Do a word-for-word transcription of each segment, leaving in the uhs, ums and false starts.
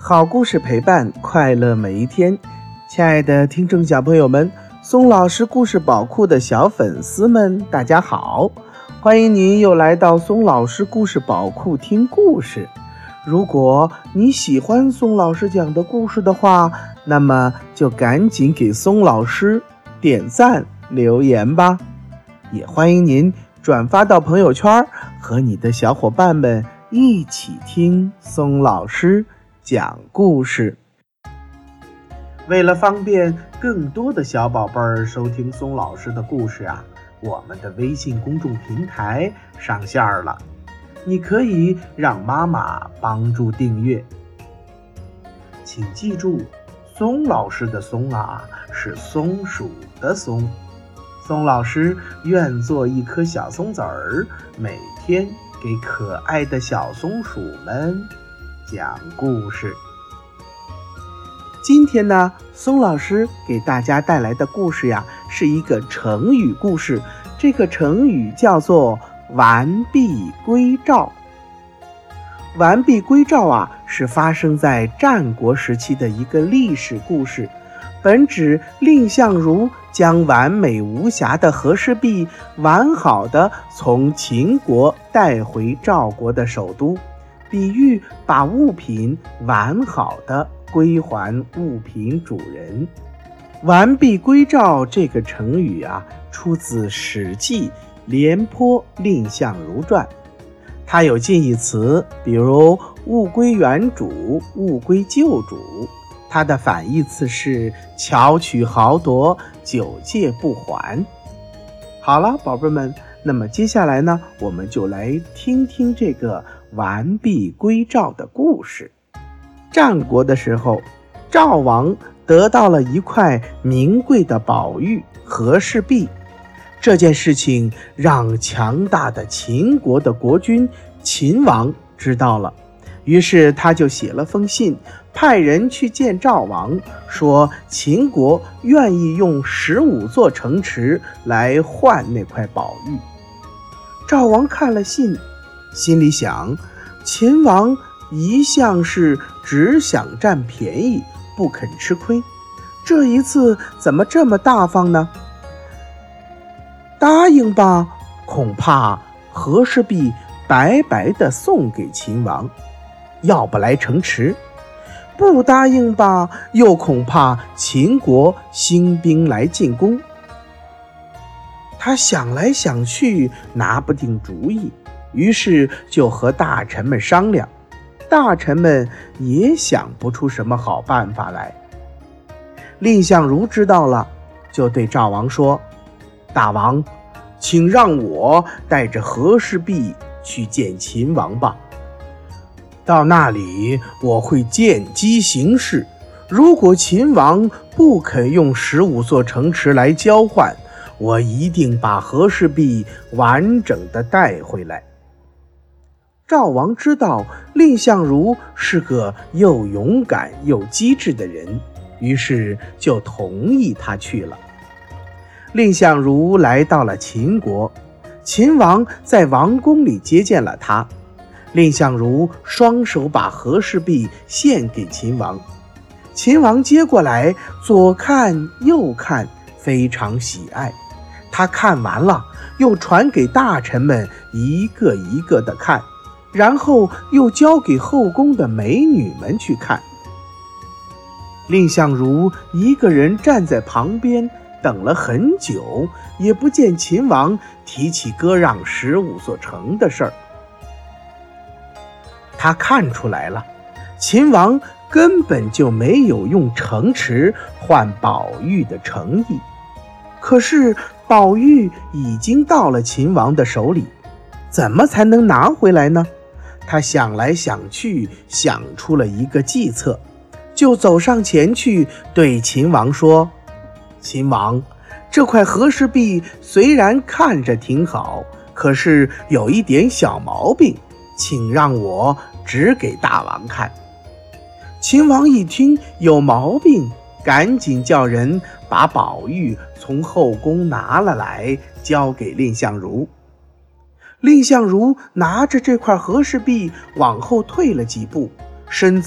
好故事陪伴快乐每一天。亲爱的听众小朋友们，松老师故事宝库的小粉丝们，大家好，欢迎您又来到松老师故事宝库听故事。如果你喜欢松老师讲的故事的话，那么就赶紧给松老师点赞留言吧。也欢迎您转发到朋友圈，和你的小伙伴们一起听松老师讲故事。为了方便更多的小宝贝儿收听松老师的故事啊，我们的微信公众平台上线了，你可以让妈妈帮助订阅。请记住，松老师的松啊，是松鼠的松。松老师愿做一颗小松子儿，每天给可爱的小松鼠们讲故事。今天呢，松老师给大家带来的故事呀，是一个成语故事。这个成语叫做完璧归赵。完璧归赵啊，是发生在战国时期的一个历史故事，本指蔺相如将完美无瑕的和氏璧完好的从秦国带回赵国的首都，比喻把物品完好的归还物品主人。完璧归赵这个成语啊，出自《史记·廉颇蔺相如传》，它有近义词，比如物归原主、物归旧主。它的反义词是巧取豪夺、久借不还。好了，宝贝们，那么接下来呢，我们就来听听这个完璧归赵的故事。战国的时候，赵王得到了一块名贵的宝玉和氏璧，这件事情让强大的秦国的国君秦王知道了，于是他就写了封信，派人去见赵王，说秦国愿意用十五座城池来换那块宝玉。赵王看了信，心里想，秦王一向是只想占便宜，不肯吃亏，这一次怎么这么大方呢？答应吧，恐怕和氏璧白白地送给秦王，要不来城池；不答应吧，又恐怕秦国兴兵来进攻。他想来想去，拿不定主意，于是就和大臣们商量。大臣们也想不出什么好办法来。蔺相如知道了，就对赵王说：大王，请让我带着和氏璧去见秦王吧。到那里我会见机行事，如果秦王不肯用十五座城池来交换，我一定把和氏璧完整的带回来。赵王知道蔺相如是个又勇敢又机智的人，于是就同意他去了。蔺相如来到了秦国，秦王在王宫里接见了他。蔺相如双手把和氏璧献给秦王，秦王接过来，左看右看，非常喜爱。他看完了，又传给大臣们一个一个的看，然后又交给后宫的美女们去看。蔺相如一个人站在旁边等了很久，也不见秦王提起割让十五座城的事儿。他看出来了，秦王根本就没有用城池换宝玉的诚意。可是宝玉已经到了秦王的手里，怎么才能拿回来呢？他想来想去，想出了一个计策，就走上前去对秦王说：秦王，这块和氏璧虽然看着挺好，可是有一点小毛病，请让我指给大王看。秦王一听有毛病，赶紧叫人把宝玉从后宫拿了来，交给蔺相如。蔺相如拿着这块和氏璧往后退了几步，身子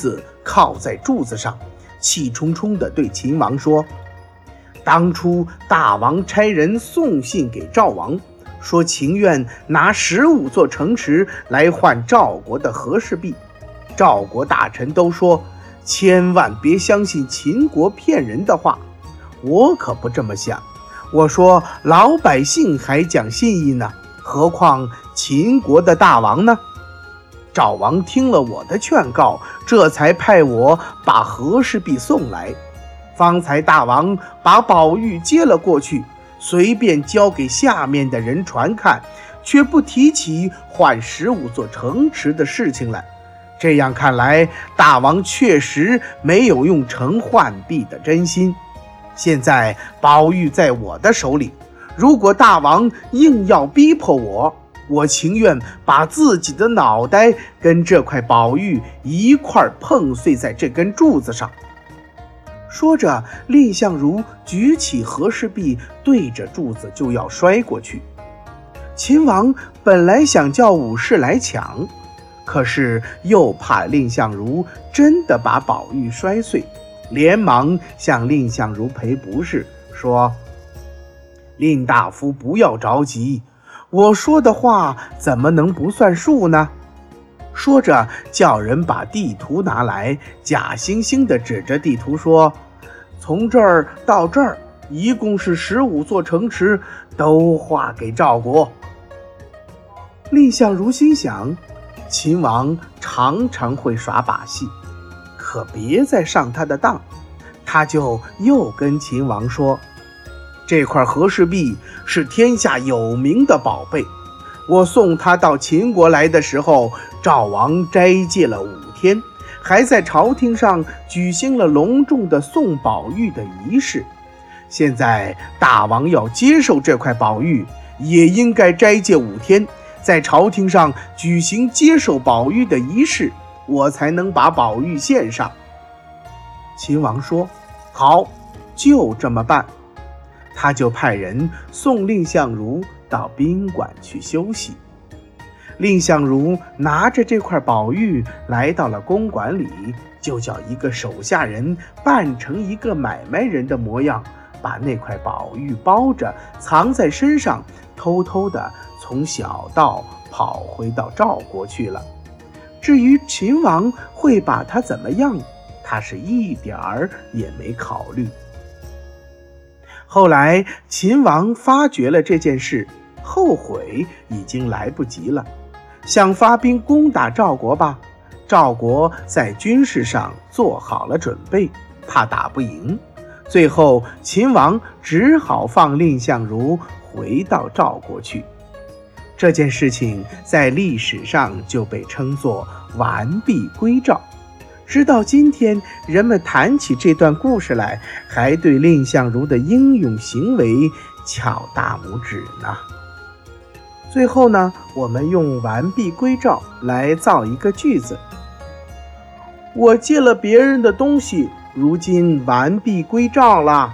靠在柱子上，气冲冲地对秦王说：当初大王差人送信给赵王，说情愿拿十五座城池来换赵国的和氏璧。赵国大臣都说千万别相信秦国骗人的话，我可不这么想。我说老百姓还讲信义呢，何况秦国的大王呢？赵王听了我的劝告，这才派我把和氏璧送来。方才大王把宝玉接了过去，随便交给下面的人传看，却不提起换十五座城池的事情来。这样看来，大王确实没有用城换璧的真心。现在宝玉在我的手里，如果大王硬要逼迫我，我情愿把自己的脑袋跟这块宝玉一块碰碎在这根柱子上。说着，蔺相如举起和氏璧，对着柱子就要摔过去。秦王本来想叫武士来抢，可是又怕蔺相如真的把宝玉摔碎，连忙向蔺相如赔不是，说：蔺大夫不要着急，我说的话怎么能不算数呢？说着叫人把地图拿来，假惺惺地指着地图说：从这儿到这儿一共是十五座城池，都划给赵国。蔺相如心想，秦王常常会耍把戏，可别再上他的当。他就又跟秦王说：这块和氏璧是天下有名的宝贝，我送他到秦国来的时候，赵王斋戒了五天，还在朝廷上举行了隆重的送宝玉的仪式。现在大王要接受这块宝玉，也应该斋戒五天，在朝廷上举行接受宝玉的仪式，我才能把宝玉献上。秦王说：好，就这么办。他就派人送蔺相如到宾馆去休息。蔺相如拿着这块宝玉来到了公馆里，就叫一个手下人扮成一个买卖人的模样，把那块宝玉包着藏在身上，偷偷地从小道跑回到赵国去了。至于秦王会把他怎么样，他是一点儿也没考虑。后来秦王发觉了这件事，后悔已经来不及了，想发兵攻打赵国吧，赵国在军事上做好了准备，怕打不赢。最后秦王只好放蔺相如回到赵国去。这件事情在历史上就被称作完璧归赵。直到今天，人们谈起这段故事来，还对蔺相如的英勇行为翘大拇指呢。最后呢，我们用完璧归赵来造一个句子：我借了别人的东西，如今完璧归赵了。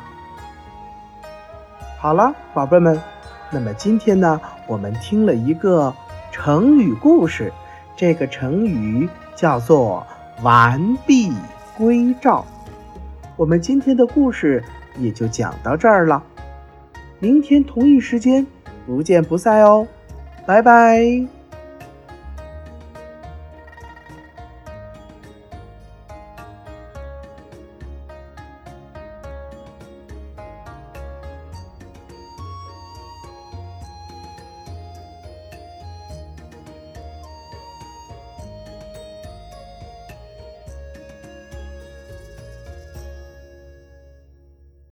好了，宝贝们，那么今天呢，我们听了一个成语故事，这个成语叫做完璧归赵。我们今天的故事也就讲到这儿了，明天同一时间不见不散哦，拜拜。